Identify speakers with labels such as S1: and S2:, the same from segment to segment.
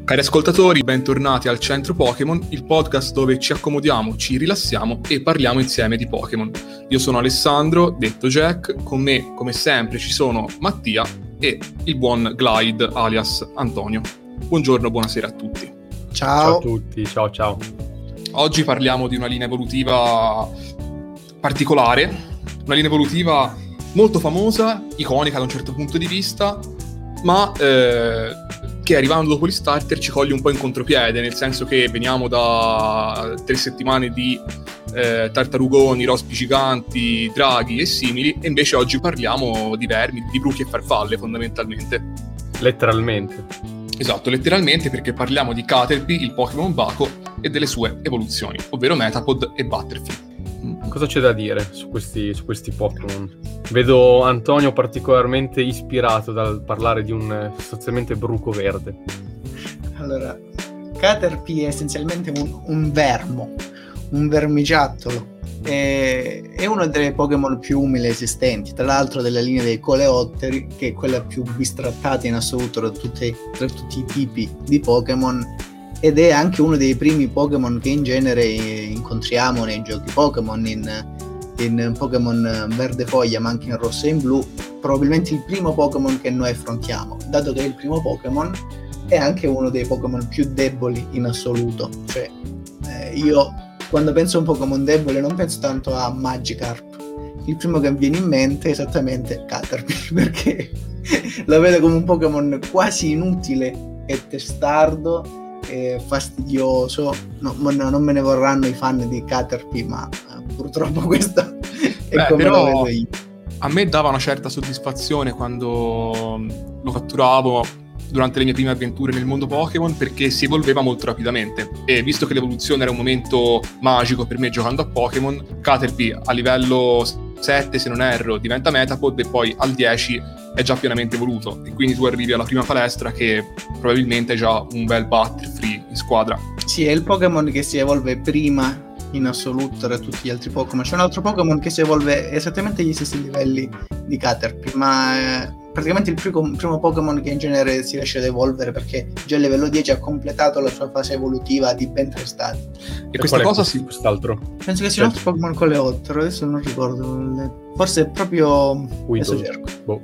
S1: Cari ascoltatori, bentornati al Centro Pokémon, il podcast dove ci accomodiamo, ci rilassiamo e parliamo insieme di Pokémon. Io sono Alessandro, detto Jack, con me, come sempre, ci sono Mattia e il buon Glide, alias Antonio. Buongiorno, buonasera a tutti.
S2: Ciao
S3: a tutti, ciao.
S1: Oggi parliamo di una linea evolutiva particolare, una linea evolutiva molto famosa, iconica da un certo punto di vista, ma che arrivando dopo gli starter ci coglie un po' in contropiede, nel senso che veniamo da 3 settimane di tartarugoni, rospi giganti, draghi e simili, e invece oggi parliamo di vermi, di bruchi e farfalle fondamentalmente.
S3: Letteralmente.
S1: Esatto, letteralmente, perché parliamo di Caterpie, il Pokémon Baco, e delle sue evoluzioni, ovvero Metapod e Butterfree.
S3: Cosa c'è da dire su questi Pokémon? Vedo Antonio particolarmente ispirato dal parlare di un sostanzialmente bruco verde.
S2: Allora, Caterpie è essenzialmente un vermo, un vermiciattolo. È uno dei Pokémon più umili esistenti, tra l'altro della linea dei coleotteri, che è quella più bistrattata in assoluto tra tutti i tipi di Pokémon, ed è anche uno dei primi Pokémon che in genere incontriamo nei giochi Pokémon, in Pokémon Verde Foglia, ma anche in Rosso e in Blu. Probabilmente il primo Pokémon che noi affrontiamo, dato che è il primo Pokémon, è anche uno dei Pokémon più deboli in assoluto. Cioè, io quando penso a un Pokémon debole non penso tanto a Magikarp. Il primo che mi viene in mente è esattamente Caterpie, perché lo vedo come un Pokémon quasi inutile e testardo, fastidioso. Non me ne vorranno i fan di Caterpie, ma purtroppo questo è come lo vedo io.
S1: A me dava una certa soddisfazione quando lo catturavo durante le mie prime avventure nel mondo Pokémon, perché si evolveva molto rapidamente, e visto che l'evoluzione era un momento magico per me giocando a Pokémon, Caterpie a livello 7, se non erro, diventa Metapod, e poi al 10 è già pienamente evoluto, e quindi tu arrivi alla prima palestra che probabilmente è già un bel Butterfree in squadra.
S2: Sì, è il Pokémon che si evolve prima in assoluto tra tutti gli altri Pokémon. C'è un altro Pokémon che si evolve esattamente agli stessi livelli di Caterpie, ma praticamente il primo Pokémon che in genere si riesce ad evolvere, perché già a livello 10 ha completato la sua fase evolutiva di ben 3 stadi.
S1: E questa cosa
S3: quest'altro?
S2: Penso che sia un altro Pokémon con le 8, adesso non ricordo. Forse è proprio... Adesso cerco.
S3: Boh.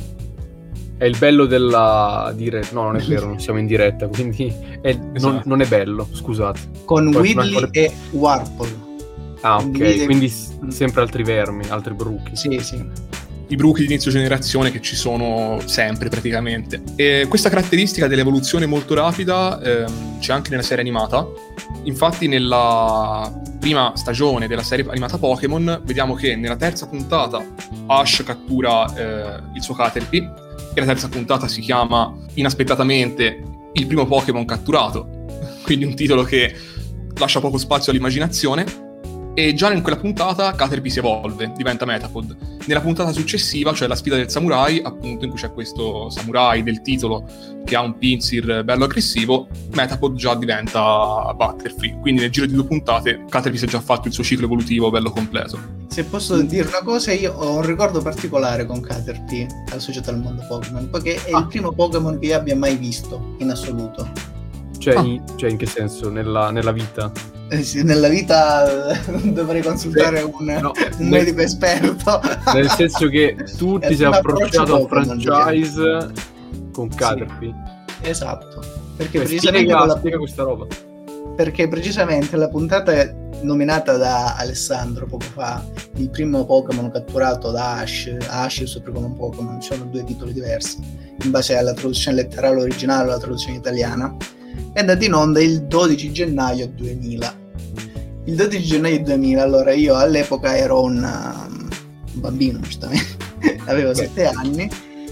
S3: È il bello della diretta. No, non è vero, non siamo in diretta, quindi
S1: esatto.
S3: non è bello, scusate.
S2: Con Weedly e Warple.
S3: Ah, ok, quindi sempre altri vermi, altri bruchi.
S2: Sì.
S1: I bruchi di inizio generazione che ci sono sempre praticamente. E questa caratteristica dell'evoluzione molto rapida c'è anche nella serie animata. Infatti nella prima stagione della serie animata Pokémon vediamo che nella terza puntata Ash cattura il suo Caterpie, e la terza puntata si chiama inaspettatamente Il primo Pokémon catturato, quindi un titolo che lascia poco spazio all'immaginazione. E già in quella puntata Caterpie si evolve, diventa Metapod. Nella puntata successiva, cioè la sfida del samurai, appunto, in cui c'è questo samurai del titolo che ha un Pinsir bello aggressivo, Metapod già diventa Butterfree. Quindi nel giro di 2 puntate Caterpie si è già fatto il suo ciclo evolutivo bello completo.
S2: Se posso dire una cosa, io ho un ricordo particolare con Caterpie associato al mondo Pokémon, perché è il primo Pokémon che io abbia mai visto in assoluto.
S3: Cioè in che senso? Nella vita?
S2: Sì, nella vita dovrei consultare un medico esperto.
S3: Nel senso che tu ti sei approcciato al franchise con Caterpie.
S2: Sì, esatto. Perché precisamente
S3: spiega questa roba.
S2: Perché precisamente la puntata nominata da Alessandro poco fa, il primo Pokémon catturato da Ash e il suo primo Pokémon, ci sono 2 titoli diversi in base alla traduzione letterale originale o alla traduzione italiana, è andato in onda il 12 gennaio 2000. Il 12 gennaio 2000, allora io all'epoca ero un bambino, giustamente, avevo 7 anni,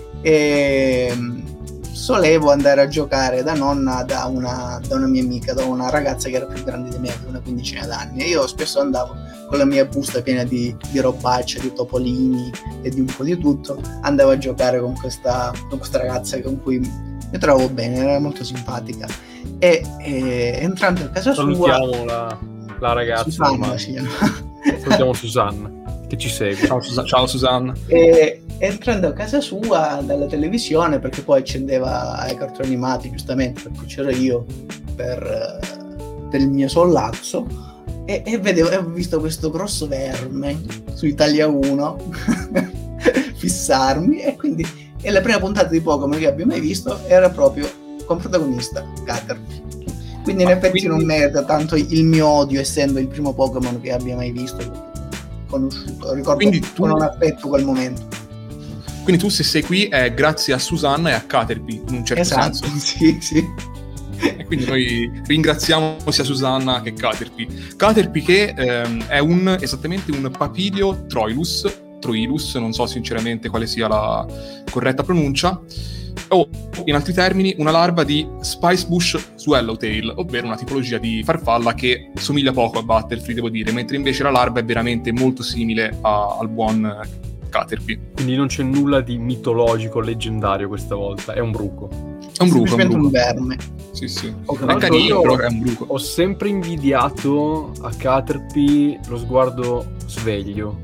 S2: e solevo andare a giocare da nonna, da una mia amica, da una ragazza che era più grande di me, di una quindicina d'anni, e io spesso andavo con la mia busta piena di robaccia, di topolini e di un po' di tutto, andavo a giocare con questa ragazza con cui mi trovo bene, era molto simpatica, e entrando a casa sua...
S3: Salutiamo la ragazza
S2: Susanna si chiama.
S3: Salutiamo Susanna che ci segue.
S1: Ciao Susanna.
S2: entrando a casa sua dalla televisione, perché poi accendeva i cartoni animati, giustamente, perché c'ero io del mio sollazzo, e ho visto questo grosso verme su Italia 1 fissarmi, e la prima puntata di Pokémon che abbia mai visto era proprio con protagonista Caterpie. Quindi in effetti non merita tanto il mio odio, essendo il primo Pokémon che abbia mai visto, conosciuto. Ricordo con un affetto quel momento.
S1: Quindi tu, se sei qui, è grazie a Susanna e a Caterpie, in un certo senso.
S2: Sì.
S1: E quindi noi ringraziamo sia Susanna che Caterpie. Caterpie che è esattamente un Papilio Troilus, non so sinceramente quale sia la corretta pronuncia, o in altri termini una larva di Spicebush Swallowtail, ovvero una tipologia di farfalla che somiglia poco a Butterfree, devo dire, mentre invece la larva è veramente molto simile al buon Caterpie.
S3: Quindi non c'è nulla di mitologico, leggendario questa volta, è un bruco.
S1: È un bruco,
S2: semplicemente un verme.
S1: Sì.
S3: È carino, però è un bruco. Ho sempre invidiato a Caterpie lo sguardo sveglio.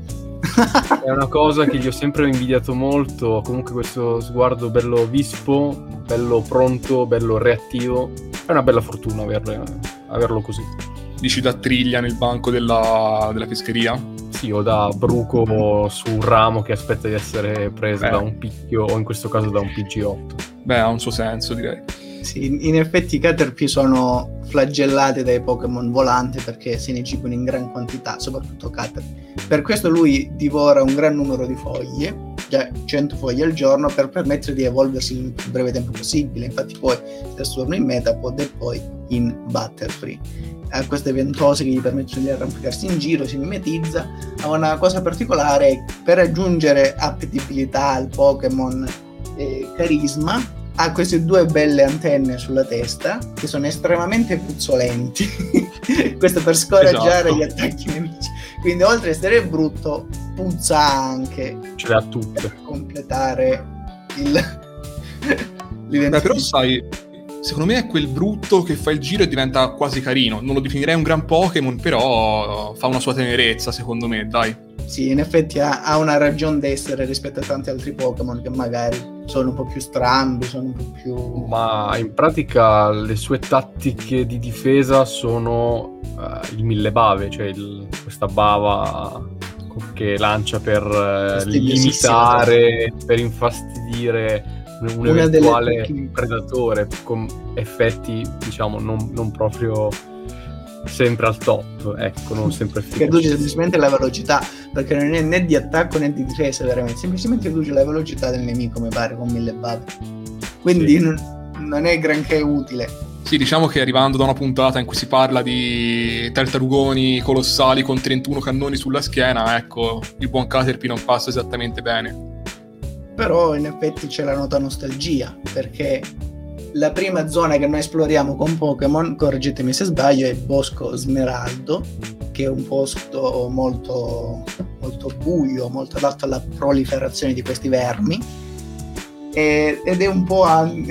S3: È una cosa che gli ho sempre invidiato molto. Comunque questo sguardo bello vispo, bello pronto, bello reattivo. È una bella fortuna averlo così.
S1: Dici da triglia nel banco della pescheria?
S3: Sì, o da bruco su un ramo che aspetta di essere preso da un picchio, o in questo caso da un PG8.
S1: Beh, ha un suo senso, direi.
S2: Sì, in effetti i Caterpie sono flagellati dai Pokémon volanti perché se ne cibano in gran quantità, soprattutto Caterpie. Per questo lui divora un gran numero di foglie, già 100 foglie al giorno, per permettere di evolversi in più breve tempo possibile. Infatti poi si trasforma in Metapod e poi in Butterfree. Ha queste ventose che gli permettono di arrampicarsi in giro, si mimetizza. Ha una cosa particolare: per aggiungere appetibilità al Pokémon e carisma, ha queste due belle antenne sulla testa che sono estremamente puzzolenti. Questo per scoraggiare gli attacchi nemici. Quindi oltre a essere brutto, puzza anche.
S3: Ce le ha tutte.
S2: Per completare l'identità.
S1: Però sai, secondo me è quel brutto che fa il giro e diventa quasi carino. Non lo definirei un gran Pokémon, però fa una sua tenerezza, secondo me, dai.
S2: Sì, in effetti ha una ragione d'essere rispetto a tanti altri Pokémon che magari sono un po' più strambi, sono un po' più...
S3: Ma in pratica le sue tattiche di difesa sono il mille bave, cioè questa bava che lancia per limitare, per infastidire un eventuale predatore, con effetti, diciamo, non proprio sempre al top, ecco, non sempre efficaci.
S2: Che riduce semplicemente la velocità, perché non è né di attacco né di difesa, veramente, semplicemente riduce la velocità del nemico, mi pare, con 1000 bave. Quindi non è granché utile.
S1: Sì, diciamo che arrivando da una puntata in cui si parla di tartarugoni colossali con 31 cannoni sulla schiena, ecco, il buon Caterpie non passa esattamente bene.
S2: Però in effetti c'è la nota nostalgia, perché la prima zona che noi esploriamo con Pokémon, correggetemi se sbaglio, è il Bosco Smeraldo, che è un posto molto, molto buio, molto adatto alla proliferazione di questi vermi, ed è un po'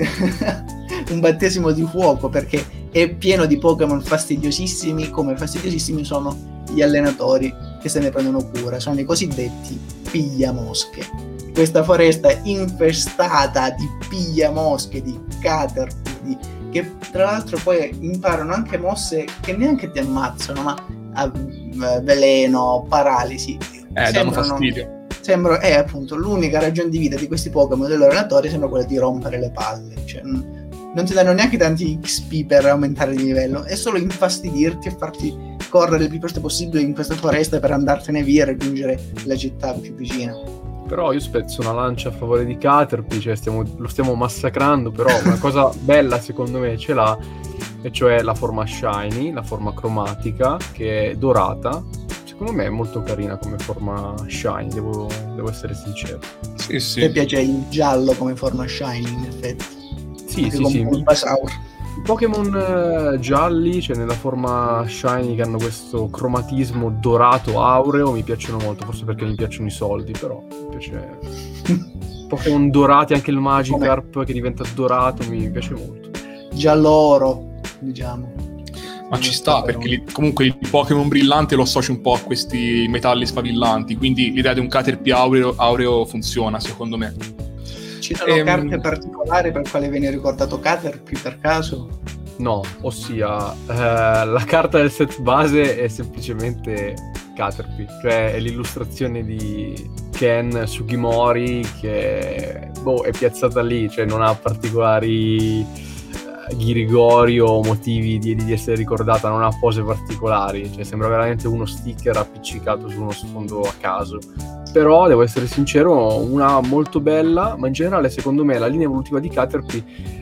S2: un battesimo di fuoco, perché è pieno di Pokémon fastidiosissimi, come fastidiosissimi sono gli allenatori che se ne prendono cura, sono i cosiddetti pigliamosche. Questa foresta infestata di pigliamosche, di Caterpie, che tra l'altro poi imparano anche mosse che neanche ti ammazzano, ma veleno, paralisi.
S1: Danno fastidio.
S2: Appunto, l'unica ragione di vita di questi Pokémon dei loro allenatori sembra quella di rompere le palle. Cioè, non ti danno neanche tanti XP per aumentare di livello, è solo infastidirti e farti correre il più presto possibile in questa foresta per andartene via e raggiungere la città più vicina.
S3: Però io spezzo una lancia a favore di Caterpie, cioè lo stiamo massacrando, però una cosa bella secondo me ce l'ha, e cioè la forma shiny, la forma cromatica, che è dorata. Secondo me è molto carina come forma shiny, devo essere sincero.
S1: Sì.
S2: Mi piace il giallo come forma shiny, in effetti.
S3: Sì. I Pokémon gialli, cioè nella forma shiny, che hanno questo cromatismo dorato aureo, mi piacciono molto, forse perché mi piacciono i soldi, però mi piace. Pokémon dorati, anche il Magikarp che diventa dorato, mi piace molto.
S2: Giallo oro, diciamo.
S1: Ma ci sta, perché comunque il Pokémon brillante lo associ un po' a questi metalli sfavillanti, quindi l'idea di un Caterpie aureo funziona, secondo me.
S2: Ci sono carte particolari per quale viene ricordato Caterpie, per caso?
S3: No, ossia, la carta del set base è semplicemente Caterpie, cioè è l'illustrazione di Ken Sugimori che è piazzata lì, cioè non ha particolari ghirigori o motivi di essere ricordata, non ha pose particolari, cioè sembra veramente uno sticker appiccicato su uno sfondo a caso. Però devo essere sincero, una molto bella, ma in generale secondo me la linea evolutiva di Caterpie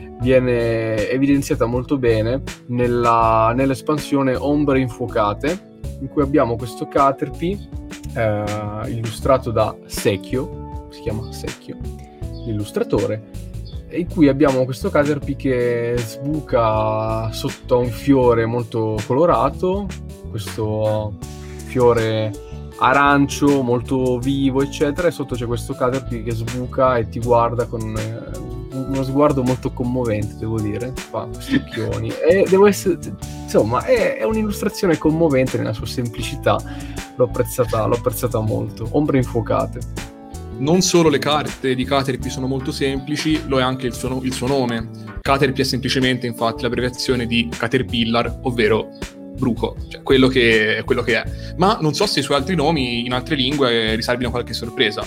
S3: viene evidenziata molto bene nell'espansione Ombre Infuocate, in cui abbiamo questo Caterpie illustrato da Sekio, si chiama Sekio, l'illustratore, in cui abbiamo questo Caterpie che sbuca sotto a un fiore molto colorato, questo fiore arancio molto vivo eccetera, e sotto c'è questo Caterpie che sbuca e ti guarda con uno sguardo molto commovente, devo dire, fa questi occhioni e devo essere, insomma è un'illustrazione commovente nella sua semplicità, l'ho apprezzata molto. Ombre Infuocate.
S1: Non solo le carte di Caterpie sono molto semplici, lo è anche il suo nome. Caterpie è semplicemente infatti l'abbreviazione di Caterpillar, ovvero bruco, cioè quello che è. Ma non so se i suoi altri nomi in altre lingue risalvino qualche sorpresa.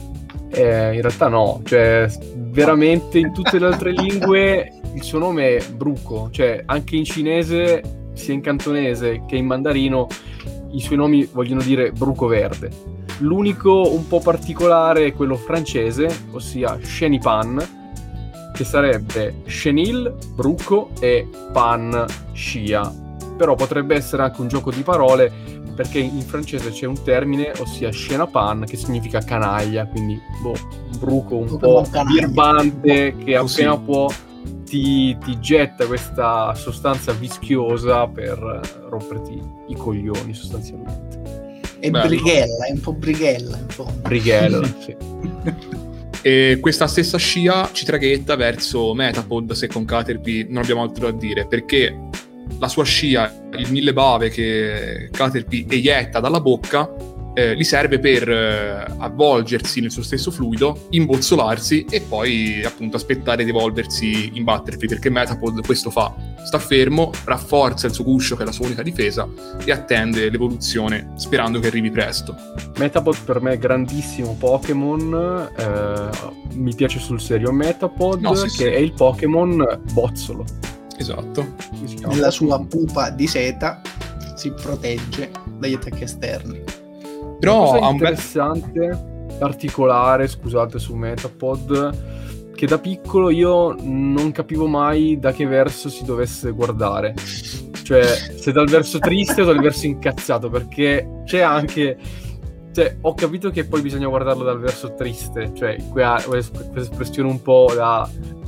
S3: In realtà no, cioè veramente in tutte le altre lingue il suo nome è Bruco, cioè anche in cinese, sia in cantonese che in mandarino, i suoi nomi vogliono dire bruco verde. L'unico un po' particolare è quello francese, ossia Chenipan, che sarebbe Chenil, bruco, e Pan, scia. Però potrebbe essere anche un gioco di parole, perché in francese c'è un termine, ossia chenapan, che significa canaglia, quindi un bruco un po' birbante che appena può ti getta questa sostanza vischiosa per romperti i coglioni sostanzialmente.
S2: È brighella, è un po' brighella in fondo.
S3: Brighella, sì.
S1: E questa stessa scia ci traghetta verso Metapod, se con Caterpie non abbiamo altro da dire, perché la sua scia, il 1000 bave che Caterpie eietta dalla bocca, gli serve per avvolgersi nel suo stesso fluido, imbozzolarsi e poi appunto aspettare di evolversi in Butterfree, perché Metapod questo fa, sta fermo, rafforza il suo guscio che è la sua unica difesa e attende l'evoluzione sperando che arrivi presto.
S3: Metapod per me è grandissimo Pokémon, mi piace sul serio Metapod, è il Pokémon bozzolo.
S1: Esatto.
S2: Nella sua pupa di seta si protegge dagli attacchi esterni.
S3: Però ha un interessante, particolare, scusate, su Metapod, che da piccolo io non capivo mai da che verso si dovesse guardare. Cioè, se dal verso triste o dal verso incazzato, perché c'è anche... Cioè, ho capito che poi bisogna guardarlo dal verso triste, cioè questa espressione un po' da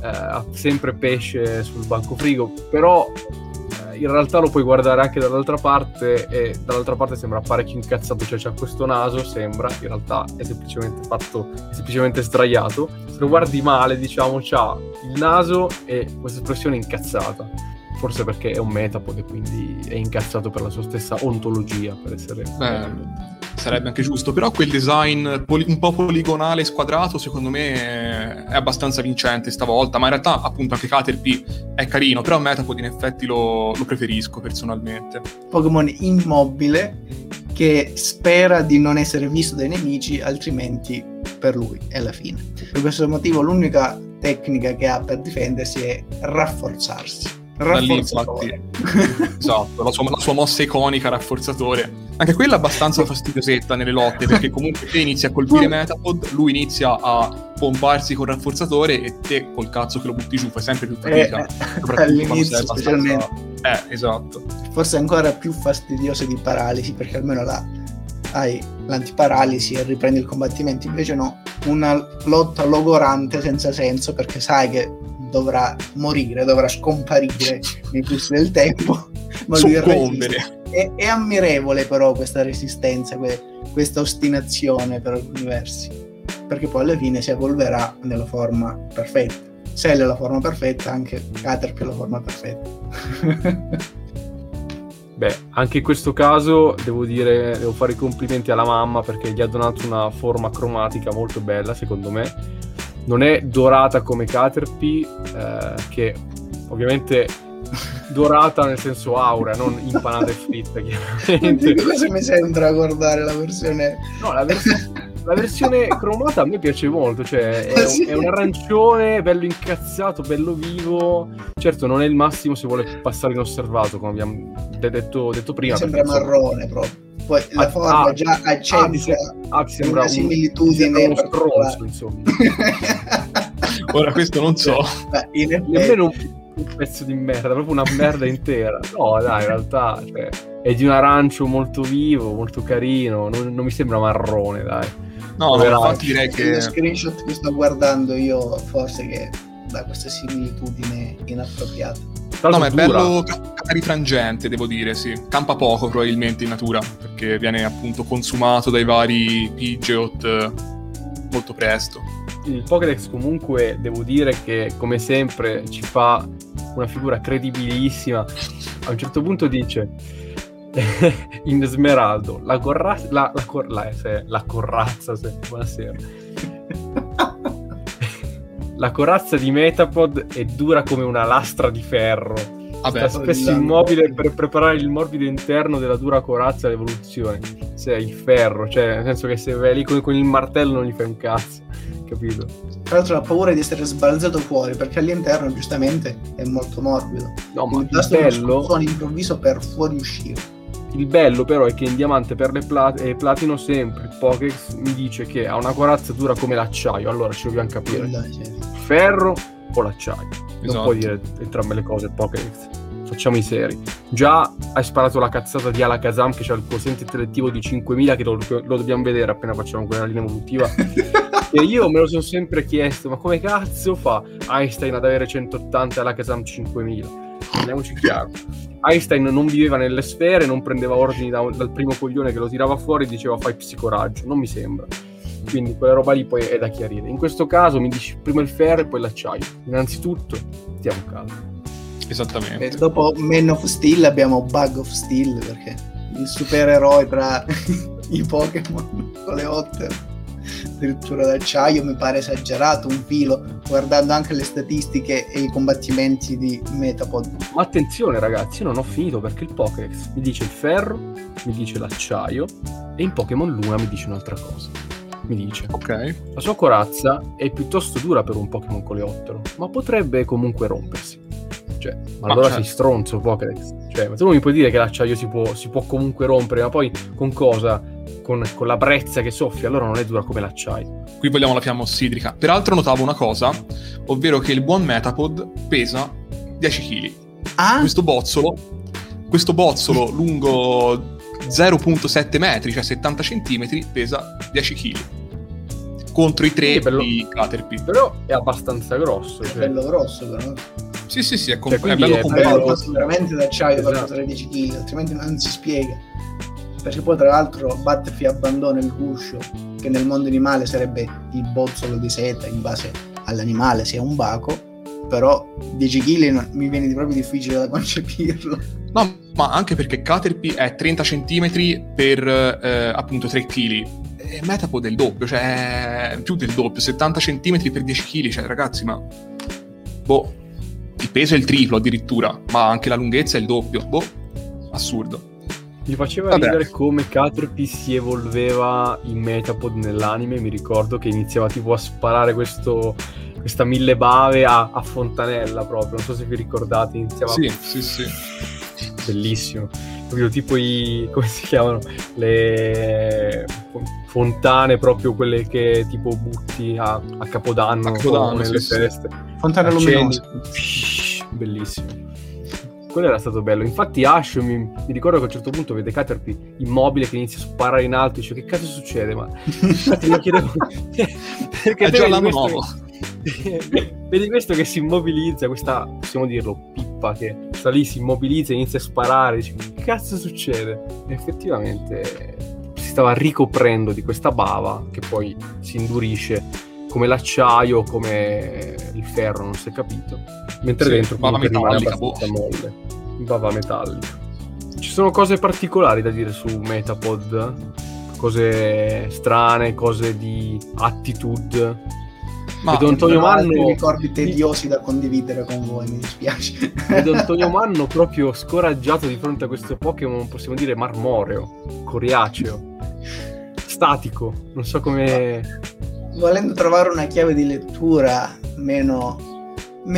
S3: sempre pesce sul banco frigo, però in realtà lo puoi guardare anche dall'altra parte e dall'altra parte sembra parecchio incazzato, cioè c'ha questo naso, sembra, in realtà è semplicemente sdraiato. Se lo guardi male, diciamo, c'ha il naso e questa espressione incazzata, forse perché è un Metapod e quindi è incazzato per la sua stessa ontologia, per essere...
S1: sarebbe anche giusto, però quel design un po' poligonale e squadrato secondo me è abbastanza vincente stavolta, ma in realtà appunto anche Caterpie è carino, però Metapod in effetti lo preferisco personalmente.
S2: Pokémon immobile che spera di non essere visto dai nemici, altrimenti per lui è la fine. Per questo motivo l'unica tecnica che ha per difendersi è rafforzarsi.
S1: Da lì, infatti, esatto, la sua mossa iconica, rafforzatore, anche quella abbastanza fastidiosetta nelle lotte, perché comunque te inizi a colpire Metapod, lui inizia a pomparsi col rafforzatore e te col cazzo che lo butti giù fai sempre più fatica,
S2: all'inizio specialmente.
S1: Esatto,
S2: forse ancora più fastidioso di Paralisi, perché almeno là hai l'antiparalisi e riprendi il combattimento, invece no, una lotta logorante senza senso, perché sai che dovrà morire, dovrà scomparire nei flussi del tempo, ma lui resiste. È ammirevole però questa resistenza, questa ostinazione per alcuni versi, perché poi alla fine si evolverà nella forma perfetta. Cell è la forma perfetta, anche Caterpie è la forma perfetta.
S3: Beh, anche in questo caso devo fare i complimenti alla mamma, perché gli ha donato una forma cromatica molto bella, secondo me. Non è dorata come Caterpie, che ovviamente dorata nel senso aurea, non impanata e fritta, chiaramente.
S2: Cosa mi sembra guardare la versione?
S3: No, la versione cromata a me piace molto, cioè
S2: Sì.
S3: è un arancione bello incazzato, bello vivo. Certo non è il massimo se vuole passare inosservato, come abbiamo detto prima.
S2: Mi sembra
S3: perché,
S2: marrone proprio. Poi la forma già accentua
S3: sembra
S2: una similitudine
S3: uno stronzo, insomma.
S1: Ora questo non so.
S2: Beh, in effetti,
S3: Nemmeno un pezzo di merda, proprio una merda intera. No, dai, in realtà cioè, è di un arancio molto vivo, molto carino, non mi sembra marrone, dai.
S1: No, infatti direi che
S2: lo screenshot che sto guardando io forse che dà questa similitudine inappropriata.
S1: no, ma è bello catarifrangente, devo dire, sì. Campa poco probabilmente in natura, perché viene appunto consumato dai vari Pidgeot molto presto.
S3: Il Pokédex comunque devo dire che come sempre ci fa una figura credibilissima. A un certo punto dice in Smeraldo la corazza buonasera. La corazza di Metapod è dura come una lastra di ferro.
S1: Vabbè,
S3: Sta spesso immobile per preparare il morbido interno della dura corazza all'evoluzione. Cioè il ferro, cioè nel senso che se vai lì con il martello non gli fai un cazzo, capito?
S2: Tra l'altro ha paura di essere sbalzato fuori perché all'interno giustamente è molto morbido.
S3: No, ma
S2: il bello suono improvviso per fuoriuscire.
S3: Il bello però è che in diamante, perle e platino sempre il Pokédex mi dice che ha una corazza dura come l'acciaio. Allora ci dobbiamo capire, ferro o l'acciaio.
S1: Esatto.
S3: Non puoi dire entrambe le cose il Pokédex, facciamo i seri. Già hai sparato la cazzata di Alakazam che c'ha il quoziente intellettivo di 5000, che lo dobbiamo vedere appena facciamo quella linea evolutiva. E io me lo sono sempre chiesto, ma come cazzo fa Einstein ad avere 180 e Alakazam 5000? Andiamoci chiaro. Einstein non viveva nelle sfere, non prendeva ordini dal primo coglione che lo tirava fuori e diceva fai psicoraggio, non mi sembra. Quindi quella roba lì poi è da chiarire. In questo caso mi dici prima il ferro e poi l'acciaio. Innanzitutto stiamo calmi.
S1: Esattamente.
S2: E dopo Man of Steel abbiamo Bug of Steel, perché il supereroe tra i Pokémon con le otter addirittura d'acciaio mi pare esagerato un filo, guardando anche le statistiche e i combattimenti di Metapod.
S3: Ma attenzione ragazzi, io non ho finito, perché il Pokédex mi dice il ferro, mi dice l'acciaio e in Pokémon Luna mi dice un'altra cosa. Mi dice la sua corazza è piuttosto dura per un Pokémon coleottero, ma potrebbe comunque rompersi. Cioè, ma allora sei stronzo Pokédex. Cioè, ma tu non mi puoi dire che l'acciaio si può comunque rompere, ma poi con cosa? Con la brezza che soffia, allora non è dura come l'acciaio.
S1: Qui vogliamo la fiamma ossidrica. Peraltro notavo una cosa, ovvero che il buon Metapod pesa 10 kg. Questo bozzolo lungo 0,7 metri, cioè 70 centimetri, pesa 10 kg. Contro i 3 di Caterpie.
S3: Però è abbastanza grosso.
S2: È bello grosso, però.
S1: Sì, è
S2: bello compatto. Veramente d'acciaio per pesare 10 kg, altrimenti non si spiega. Perché poi tra l'altro Butterfree abbandona il guscio, che nel mondo animale sarebbe il bozzolo di seta in base all'animale, sia un baco, però 10 kg mi viene proprio difficile da concepirlo.
S1: No, ma anche perché Caterpie è 30 cm per appunto 3 kg. E Metapod è il doppio, cioè più del doppio, 70 cm per 10 kg, cioè ragazzi, ma il peso è il triplo addirittura, ma anche la lunghezza è il doppio, assurdo.
S3: Mi faceva ridere come Caterpie si evolveva in Metapod nell'anime. Mi ricordo che iniziava tipo a sparare questa mille bave a fontanella proprio, non so se vi ricordate, iniziava
S1: sì.
S3: Bellissimo, proprio tipo come si chiamano, le fontane, proprio quelle che tipo butti a Capodanno nelle feste,
S2: fontane luminose,
S3: bellissimo. Quello era stato bello. Infatti Ash mi ricordo che a un certo punto vede Caterpie immobile che inizia a sparare in alto e dice che cazzo succede, ma infatti io chiedevo perché
S1: è già l'anno nuovo.
S3: Vedi questo che si immobilizza, questa, possiamo dirlo, pippa che sta lì, si immobilizza e inizia a sparare, dice che cazzo succede, e effettivamente si stava ricoprendo di questa bava che poi si indurisce come l'acciaio, come il ferro, non si è capito, mentre dentro
S1: bava metallica,
S3: molle, bava metallica. Ci sono cose particolari da dire su Metapod? Cose strane, cose di attitude?
S2: Vedo Antonio Manno ricordi tediosi da condividere con voi, mi dispiace.
S3: Vedo Antonio Manno proprio scoraggiato di fronte a questo Pokémon, possiamo dire marmoreo, coriaceo, statico, non so come...
S2: Volendo trovare una chiave di lettura meno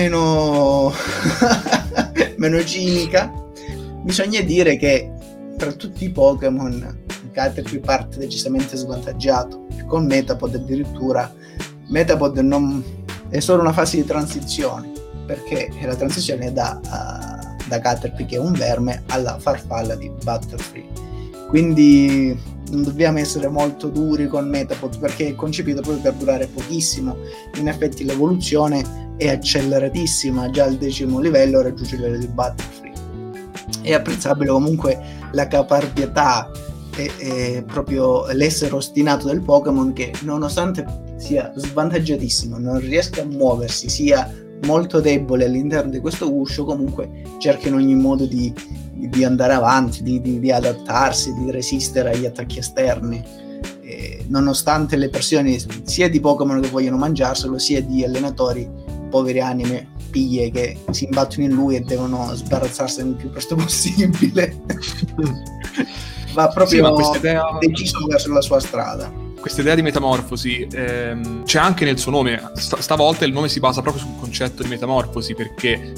S2: cinica, bisogna dire che tra tutti i Pokémon Caterpie parte decisamente svantaggiato, e con Metapod addirittura Metapod non è solo una fase di transizione, perché la transizione è da Caterpie, che è un verme, alla farfalla di Butterfree. Quindi non dobbiamo essere molto duri con Metapod, perché è concepito proprio per durare pochissimo. In effetti l'evoluzione è acceleratissima, già al 10° livello raggiunge il livello di Butterfree. È apprezzabile comunque la caparbietà e proprio l'essere ostinato del Pokémon, che nonostante sia svantaggiatissimo, non riesca a muoversi, sia molto debole all'interno di questo guscio, comunque cerca in ogni modo di andare avanti, di adattarsi, di resistere agli attacchi esterni, nonostante le pressioni sia di Pokémon che vogliono mangiarselo, sia di allenatori, poveri anime piglie, che si imbattono in lui e devono sbarazzarsene il più presto possibile. Va proprio deciso verso la sua strada.
S1: Questa idea di metamorfosi c'è anche nel suo nome. Stavolta il nome si basa proprio sul concetto di metamorfosi, perché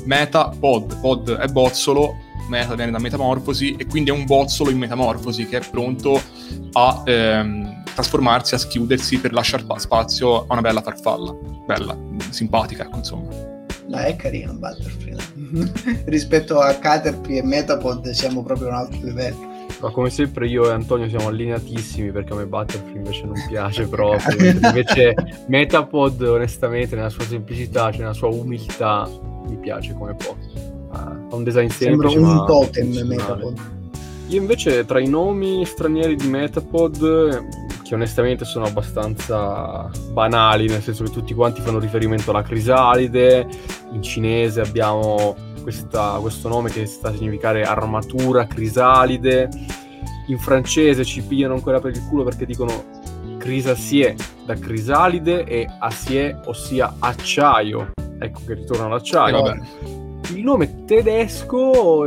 S1: pod è bozzolo, meta viene da metamorfosi, e quindi è un bozzolo in metamorfosi che è pronto a trasformarsi, a schiudersi per lasciare spazio a una bella farfalla, bella, simpatica, ecco, insomma.
S2: È carino Butterfree. Rispetto a Caterpie e Metapod siamo proprio a un altro livello.
S3: Ma come sempre io e Antonio siamo allineatissimi, perché a me Butterfree invece non piace proprio. Invece Metapod, onestamente, nella sua semplicità, cioè nella sua umiltà, mi piace come poco. Ha un design semplice,
S2: sembra un totem Metapod.
S3: Io invece tra i nomi stranieri di Metapod, che onestamente sono abbastanza banali, nel senso che tutti quanti fanno riferimento alla crisalide. In cinese abbiamo questo nome che sta a significare armatura, crisalide. In francese ci pigliano ancora per il culo perché dicono crisacier da crisalide e acier, ossia acciaio. Ecco che ritorna all'acciaio. Il nome tedesco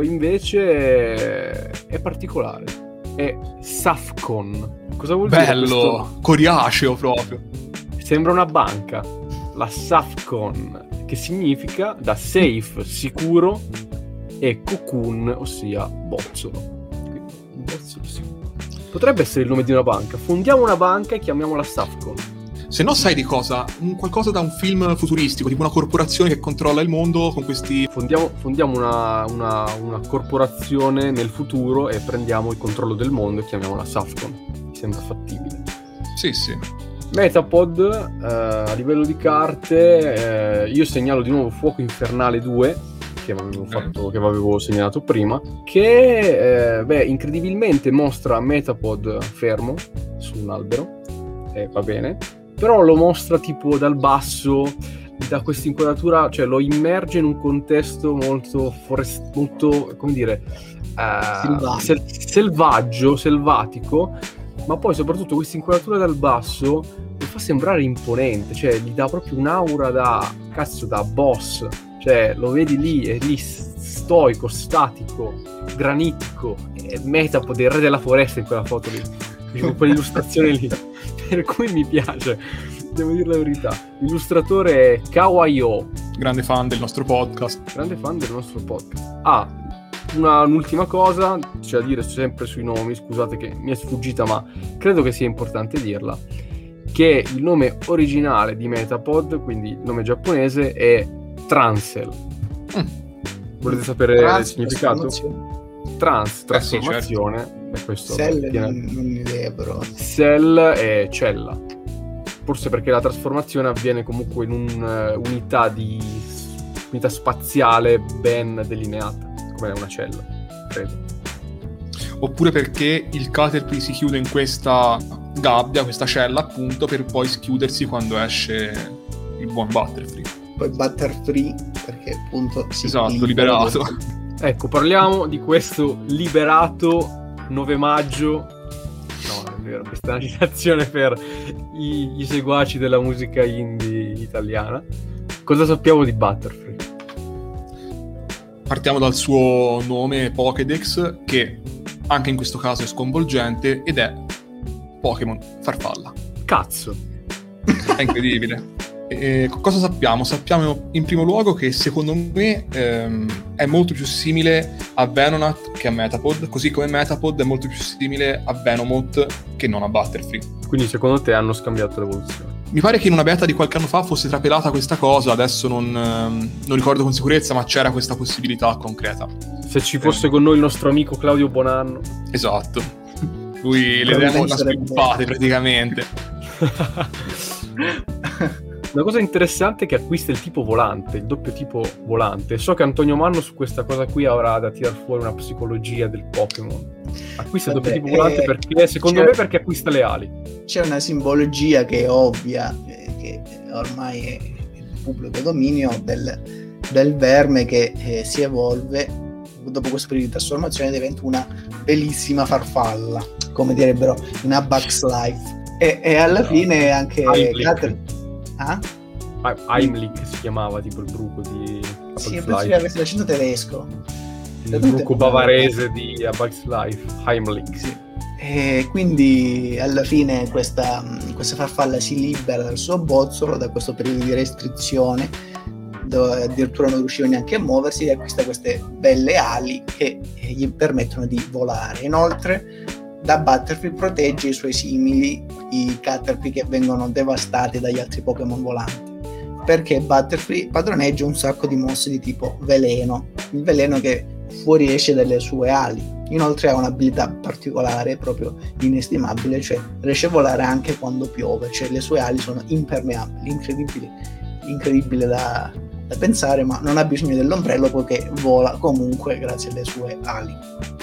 S3: invece è particolare, è Safcon. Cosa vuol dire?
S1: Bello, coriaceo proprio.
S3: Sembra una banca, la Safcon, che significa da safe, sicuro, e cocoon, ossia bozzolo. Quindi, un bozzolo sicuro. Potrebbe essere il nome di una banca. Fondiamo una banca e chiamiamola Safcon.
S1: Se no sai di cosa? Qualcosa da un film futuristico, tipo una corporazione che controlla il mondo con questi...
S3: Fondiamo una corporazione nel futuro e prendiamo il controllo del mondo e chiamiamola Safcon. Mi sembra fattibile.
S1: Sì.
S3: Metapod, a livello di carte, io segnalo di nuovo Fuoco Infernale 2, che avevo segnalato prima, che incredibilmente mostra Metapod fermo su un albero, va bene, però lo mostra tipo dal basso, da questa inquadratura, cioè lo immerge in un contesto molto come dire, selvatico, ma poi soprattutto questa inquadratura dal basso lo fa sembrare imponente, cioè gli dà proprio un'aura da boss, cioè lo vedi lì, è lì stoico, statico, granitico, Metapod, il re della foresta in quella foto lì, con quell'illustrazione lì, per cui mi piace, devo dire la verità. L'illustratore è Kawaio,
S1: grande fan del nostro podcast.
S3: Un'ultima cosa c'è da dire sempre sui nomi, scusate che mi è sfuggita, ma credo che sia importante dirla, che il nome originale di Metapod, quindi il nome giapponese, è Transcell. Volete sapere il significato? Trasformazione.
S1: Certo.
S3: E questo
S2: Cell non idea, però.
S3: Cell è cella. Forse perché la trasformazione avviene comunque in un'unità spaziale ben delineata, come una cella, credo.
S1: Oppure perché il Caterpie si chiude in questa gabbia, questa cella appunto, per poi schiudersi quando esce il buon Butterfree.
S2: Poi Butterfree perché appunto
S1: esatto, liberato.
S3: Ecco, parliamo di questo liberato 9 maggio. No, è vero, questa è una citazione per gli seguaci della musica indie italiana. Cosa sappiamo di Butterfree?
S1: Partiamo dal suo nome Pokédex, che anche in questo caso è sconvolgente, ed è Pokémon farfalla.
S3: Cazzo!
S1: È incredibile. Cosa sappiamo? Sappiamo in primo luogo che secondo me è molto più simile a Venonat che a Metapod, così come Metapod è molto più simile a Venomoth che non a Butterfree.
S3: Quindi secondo te hanno scambiato l'evoluzione?
S1: Mi pare che in una beta di qualche anno fa fosse trapelata questa cosa, adesso non ricordo con sicurezza, ma c'era questa possibilità concreta.
S3: Se ci fosse con noi il nostro amico Claudio Bonanno.
S1: Esatto. Lui le abbiamo sviluppate praticamente.
S3: Una cosa interessante è che acquista il tipo volante, il doppio tipo volante. So che Antonio Manno su questa cosa qui avrà da tirar fuori una psicologia del Pokémon. Acquista il doppio tipo volante perché, secondo me, perché acquista le ali.
S2: C'è una simbologia che è ovvia, che ormai è il pubblico dominio del verme che si evolve dopo questo periodo di trasformazione, diventa una bellissima farfalla, come direbbero in A Bug's Life. E alla fine anche
S3: Heimlich si chiamava, tipo il bruco di A
S2: sì,
S3: Bug's
S2: penso
S3: Life.
S2: che avesse l'accento tedesco,
S3: Il bruco bavarese di A Bug's Life, Heimlich.
S2: sì. E quindi alla fine questa farfalla si libera dal suo bozzolo, da questo periodo di restrizione dove addirittura non riusciva neanche a muoversi, e acquista queste belle ali che gli permettono di volare. Inoltre da Butterfree protegge i suoi simili, i Caterpie, che vengono devastati dagli altri Pokémon volanti, perché Butterfree padroneggia un sacco di mosse di tipo veleno, il veleno che fuoriesce dalle sue ali. Inoltre ha un'abilità particolare, proprio inestimabile, cioè riesce a volare anche quando piove, cioè le sue ali sono impermeabili, incredibile da pensare, ma non ha bisogno dell'ombrello poiché vola comunque grazie alle sue ali.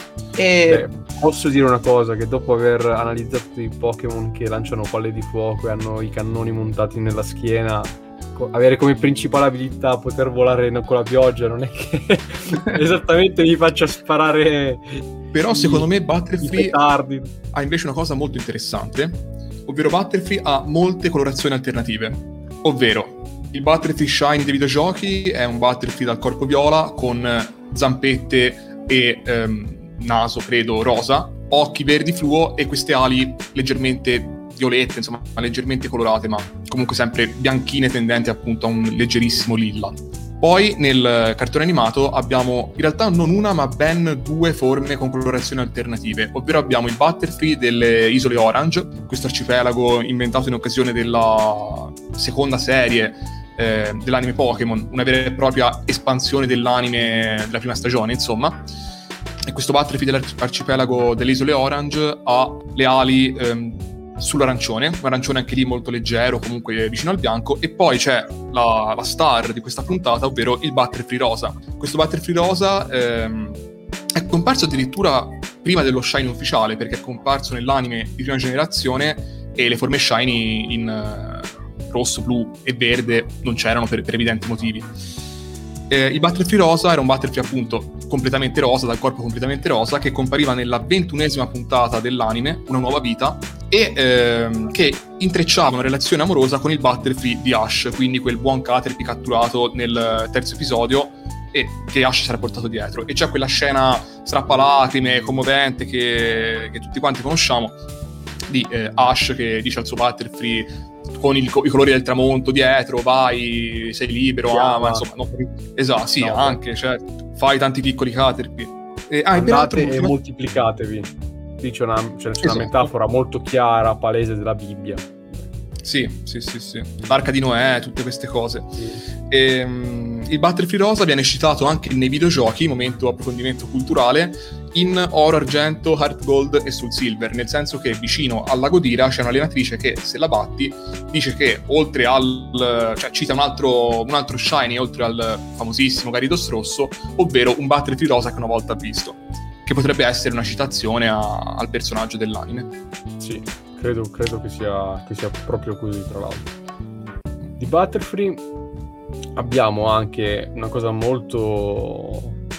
S3: Posso dire una cosa, che dopo aver analizzato i Pokémon che lanciano palle di fuoco e hanno i cannoni montati nella schiena, avere come principale abilità poter volare con la pioggia non è che esattamente mi faccia sparare.
S1: Però secondo me Butterfree ha invece una cosa molto interessante, ovvero Butterfree ha molte colorazioni alternative, ovvero il Butterfree Shiny dei videogiochi è un Butterfree dal corpo viola con zampette e naso, credo, rosa, occhi verdi fluo e queste ali leggermente violette, insomma leggermente colorate, ma comunque sempre bianchine, tendenti appunto a un leggerissimo lilla. Poi nel cartone animato abbiamo in realtà non una ma ben 2 forme con colorazioni alternative, ovvero abbiamo il Butterfree delle Isole Orange, questo arcipelago inventato in occasione della seconda serie dell'anime Pokémon, una vera e propria espansione dell'anime della prima stagione, insomma. E questo Butterfree dell'arcipelago delle Isole Orange ha le ali sull'arancione, un arancione anche lì molto leggero, comunque vicino al bianco, e poi c'è la star di questa puntata, ovvero il Butterfree rosa. Questo Butterfree rosa è comparso addirittura prima dello Shiny ufficiale, perché è comparso nell'anime di prima generazione e le forme Shiny in rosso, blu e verde non c'erano per evidenti motivi. Il Butterfree rosa era un Butterfree appunto completamente rosa, dal corpo completamente rosa, che compariva nella 21esima puntata dell'anime, Una nuova vita, e che intrecciava una relazione amorosa con il Butterfree di Ash, quindi quel buon Caterpie catturato nel terzo episodio e che Ash si era portato dietro. E c'è quella scena strappalacrime, commovente, che tutti quanti conosciamo, di Ash che dice al suo Butterfree con i colori del tramonto dietro, vai, sei libero, ma insomma, no, esatto, sì, no, anche, certo, fai tanti piccoli Caterpie.
S3: Andate e moltiplicatevi. Qui c'è una metafora molto chiara, palese della Bibbia.
S1: Sì. L'Arca di Noè, tutte queste cose. Sì. Il Butterfree rosa viene citato anche nei videogiochi, momento approfondimento culturale, in oro, argento, heart gold e soul silver, nel senso che vicino al lago Dira c'è un'allenatrice che, se la batti, dice che oltre cioè cita un altro shiny oltre al famosissimo Gyarados rosso, ovvero un Butterfree rosa che una volta ha visto, che potrebbe essere una citazione al personaggio dell'anime.
S3: Sì, credo che sia proprio così, tra l'altro. Di Butterfree abbiamo anche una cosa molto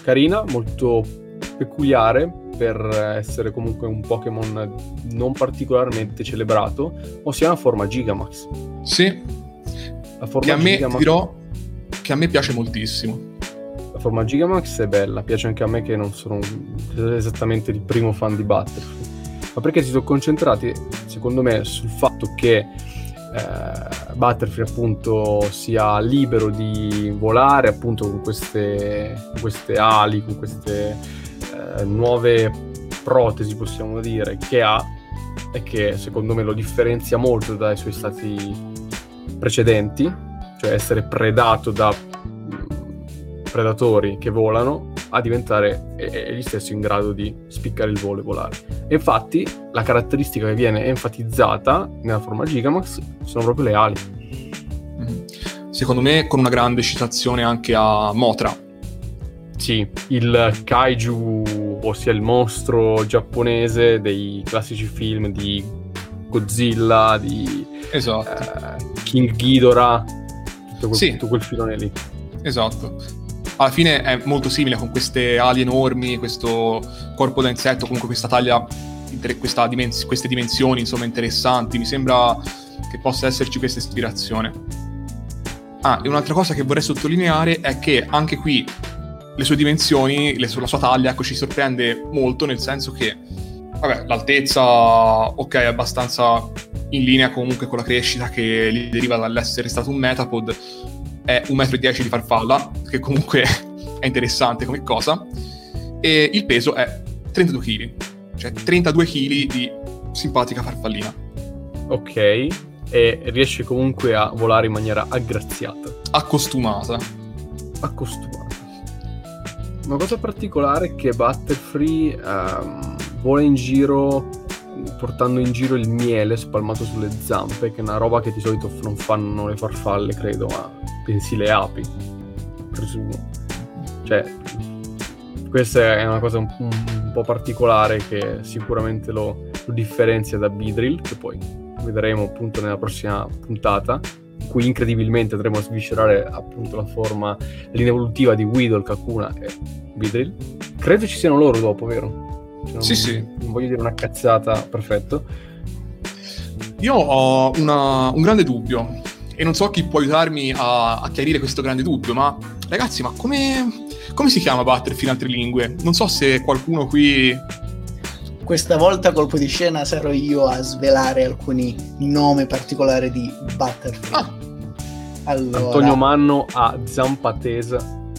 S3: carina, molto peculiare per essere comunque un Pokémon non particolarmente celebrato, ossia una forma Gigamax.
S1: Sì,
S3: La forma
S1: che a me
S3: Gigamax,
S1: dirò che a me piace moltissimo.
S3: la forma Gigamax è bella, piace anche a me che non sono esattamente il primo fan di Butterfree, ma perché si sono concentrati, secondo me, sul fatto che Butterfree appunto sia libero di volare appunto con queste ali, con queste nuove protesi, possiamo dire, che ha, e che secondo me lo differenzia molto dai suoi stati precedenti, cioè essere predato da predatori che volano a diventare egli stesso in grado di spiccare il volo e volare. E infatti la caratteristica che viene enfatizzata nella forma Gigamax sono proprio le ali.
S1: Secondo me con una grande citazione anche a Mothra.
S3: Sì, il kaiju, ossia il mostro giapponese dei classici film di Godzilla, di
S1: Esatto.
S3: King Ghidorah,
S1: Sì.
S3: tutto quel filone lì.
S1: Esatto. Alla fine è molto simile, con queste ali enormi, questo corpo da insetto, comunque questa taglia, queste dimensioni insomma interessanti. Mi sembra che possa esserci questa ispirazione. E un'altra cosa che vorrei sottolineare è che anche qui le sue dimensioni, la sua taglia, ecco, ci sorprende molto, nel senso che vabbè, l'altezza ok, è abbastanza in linea comunque con la crescita che gli deriva dall'essere stato un Metapod. È 1,10 m di farfalla, che comunque è interessante come cosa, e il peso è 32 kg, cioè 32 kg di simpatica farfallina.
S3: Ok, e riesce comunque a volare in maniera aggraziata.
S1: Accostumata.
S3: Una cosa particolare è che Butterfree vola in giro portando in giro il miele spalmato sulle zampe, che è una roba che di solito non fanno le farfalle, credo, ma pensi le api, presumo. Cioè, questa è una cosa un po' particolare che sicuramente lo differenzia da Beedrill, che poi vedremo appunto nella prossima puntata, in cui incredibilmente andremo a sviscerare appunto la forma, linea evolutiva di Weedle, Kakuna e Beedrill. Credo ci siano loro dopo, vero? Cioè,
S1: Sì.
S3: Non voglio dire una cazzata, perfetto.
S1: Io ho un grande dubbio, e non so chi può aiutarmi a chiarire questo grande dubbio, ma ragazzi, ma come si chiama Butterfree in altre lingue? Non so se qualcuno qui...
S2: Questa volta colpo di scena sarò io a svelare alcuni nomi particolari di Butterfree. Allora,
S3: Antonio Manno a zampa tesa.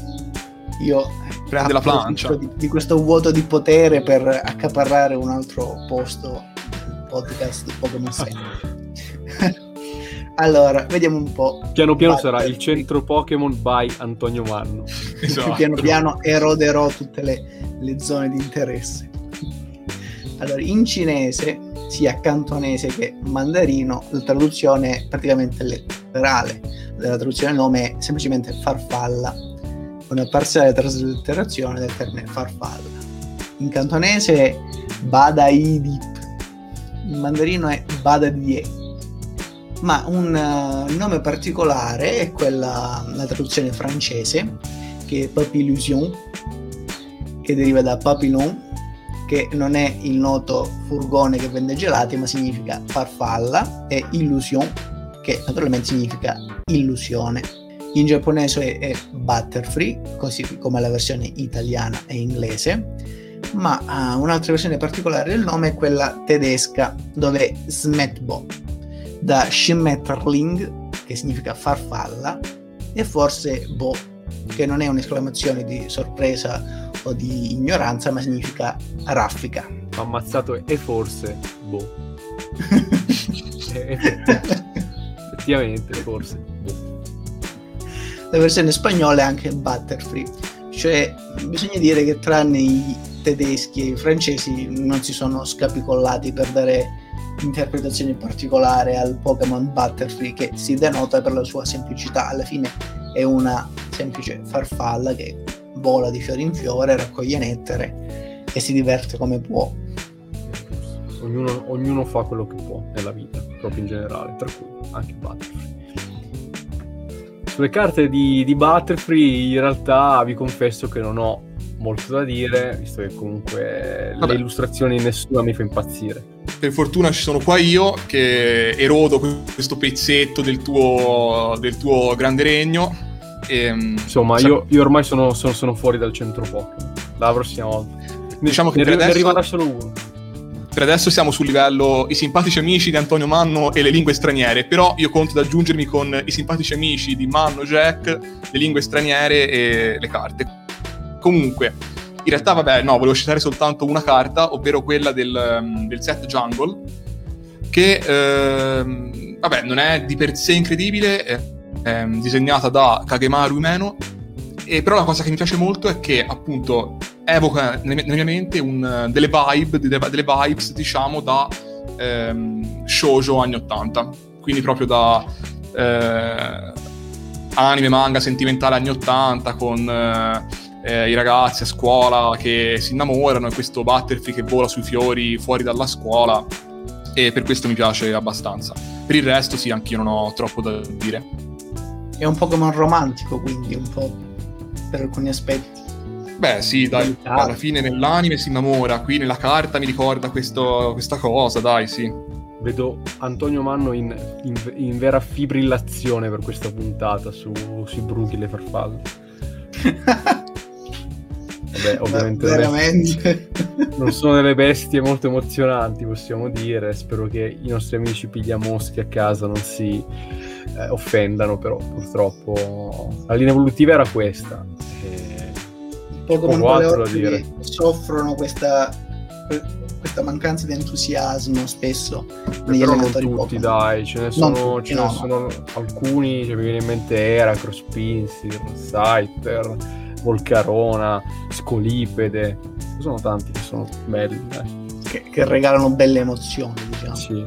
S2: Io
S1: prende la plancia
S2: di questo vuoto di potere per accaparrare un altro posto nel podcast di Pokémon Center. Allora, vediamo un po'.
S3: Piano piano sarà il centro Pokémon by Antonio Manno.
S1: Esatto.
S2: Piano piano eroderò tutte le zone di interesse. Allora, in cinese, sia cantonese che mandarino, la traduzione è praticamente letterale. La traduzione del nome è semplicemente farfalla, una parziale traslitterazione del termine farfalla. In cantonese Bada Idip, in mandarino è Bada Die. Ma un nome particolare è la traduzione francese, che è Papillusion, che deriva da papillon, che non è il noto furgone che vende gelati, ma significa farfalla, e illusion, che naturalmente significa illusione. In giapponese è Butterfree, così come la versione italiana e inglese, ma un'altra versione particolare del nome è quella tedesca, dove è Smetbo, da Schmetterling, che significa farfalla, e forse Bo, che non è un'esclamazione di sorpresa o di ignoranza, ma significa raffica.
S3: Ammazzato e forse boh. Effettivamente forse boh.
S2: La versione spagnola è anche Butterfree, cioè bisogna dire che tranne i tedeschi e i francesi non si sono scapicollati per dare interpretazioni particolari al Pokémon Butterfree, che si denota per la sua semplicità. Alla fine è una semplice farfalla che vola di fiore in fiore, raccoglie nettere e si diverte come può.
S3: Ognuno fa quello che può nella vita, proprio in generale, tra cui anche Butterfree. Sulle carte di Battlefree in realtà vi confesso che non ho molto da dire, visto che comunque le illustrazioni nessuna mi fa impazzire.
S1: Per fortuna ci sono qua io che erodo questo pezzetto del tuo grande regno.
S3: Insomma, io ormai sono fuori dal centro Pokémon. La prossima volta.
S1: Diciamo che
S3: ne rimarrà solo uno.
S1: Per adesso siamo sul livello i simpatici amici di Antonio Manno e le lingue straniere, però io conto ad aggiungermi con i simpatici amici di Manno, Jack, le lingue straniere e le carte. Comunque, in realtà, volevo citare soltanto una carta, ovvero quella del set Jungle, che, non è di per sé incredibile, è disegnata da Kagemaru Uemeno, però la cosa che mi piace molto è che, appunto, evoca nella mia mente delle vibes, diciamo, da shoujo anni 80, quindi proprio da anime, manga sentimentale anni 80, con i ragazzi a scuola che si innamorano e questo Battlefree che vola sui fiori fuori dalla scuola, e per questo mi piace abbastanza. Per il resto sì, anch'io non ho troppo da dire.
S2: È un Pokémon romantico, quindi un po' per alcuni aspetti.
S1: Beh sì, dai, alla fine nell'anime si innamora, qui nella carta mi ricorda questa cosa, dai, sì.
S3: Vedo Antonio Manno in vera fibrillazione per questa puntata sui bruchi e le farfalle. Vabbè, ovviamente
S2: veramente
S3: non sono delle bestie molto emozionanti, possiamo dire. Spero che i nostri amici pigliamoschi a casa non si offendano, però purtroppo la linea evolutiva era questa.
S2: Pokémon Paleotti soffrono questa mancanza di entusiasmo spesso.
S3: Però non tutti, dai, ce ne sono alcuni, mi viene in mente Heracross, Pinsir, Scyther, Volcarona, Scolipede, sono tanti che sono belli,
S2: che regalano belle emozioni, diciamo.
S3: Sì.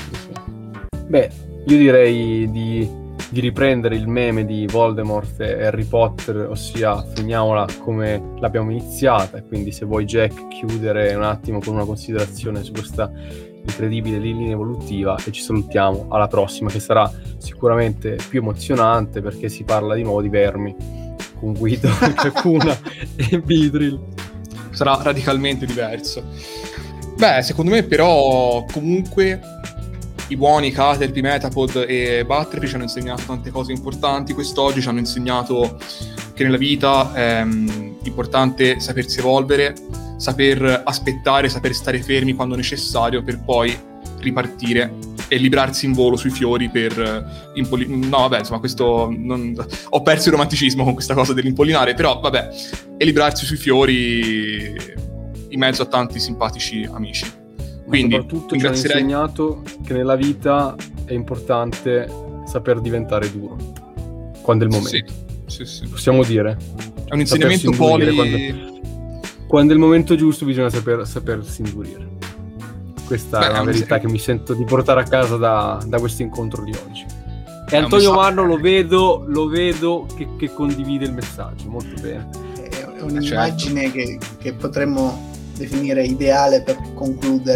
S3: Beh, io direi di riprendere il meme di Voldemort e Harry Potter, ossia finiamola come l'abbiamo iniziata, e quindi se vuoi, Jack, chiudere un attimo con una considerazione su questa incredibile linea evolutiva, e ci salutiamo alla prossima, che sarà sicuramente più emozionante perché si parla di nuovo di vermi con Guido, Kakuna e Beedrill.
S1: Sarà radicalmente diverso. Beh, secondo me però comunque i buoni Caterpie, Metapod e Battlefree ci hanno insegnato tante cose importanti quest'oggi. Ci hanno insegnato che nella vita è importante sapersi evolvere, saper aspettare, saper stare fermi quando necessario per poi ripartire e librarsi in volo sui fiori per questo ho perso il romanticismo con questa cosa dell'impollinare, però vabbè, e librarsi sui fiori in mezzo a tanti simpatici amici. Quindi
S3: soprattutto ci hanno insegnato che nella vita è importante saper diventare duro quando è il momento.
S1: Sì.
S3: Possiamo dire.
S1: È un insegnamento
S3: quando è il momento giusto bisogna sapersi indurire. Questa è una verità che mi sento di portare a casa da questo incontro di oggi. E Antonio Manno lo vedo che condivide il messaggio molto bene.
S2: È un'immagine che potremmo definire ideale con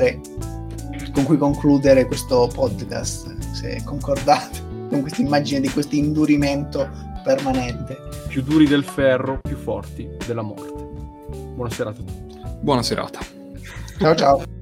S2: cui concludere questo podcast, se concordate con questa immagine di questo indurimento permanente.
S3: Più duri del ferro, più forti della morte. Buona serata a tutti.
S1: Buona serata.
S2: Ciao.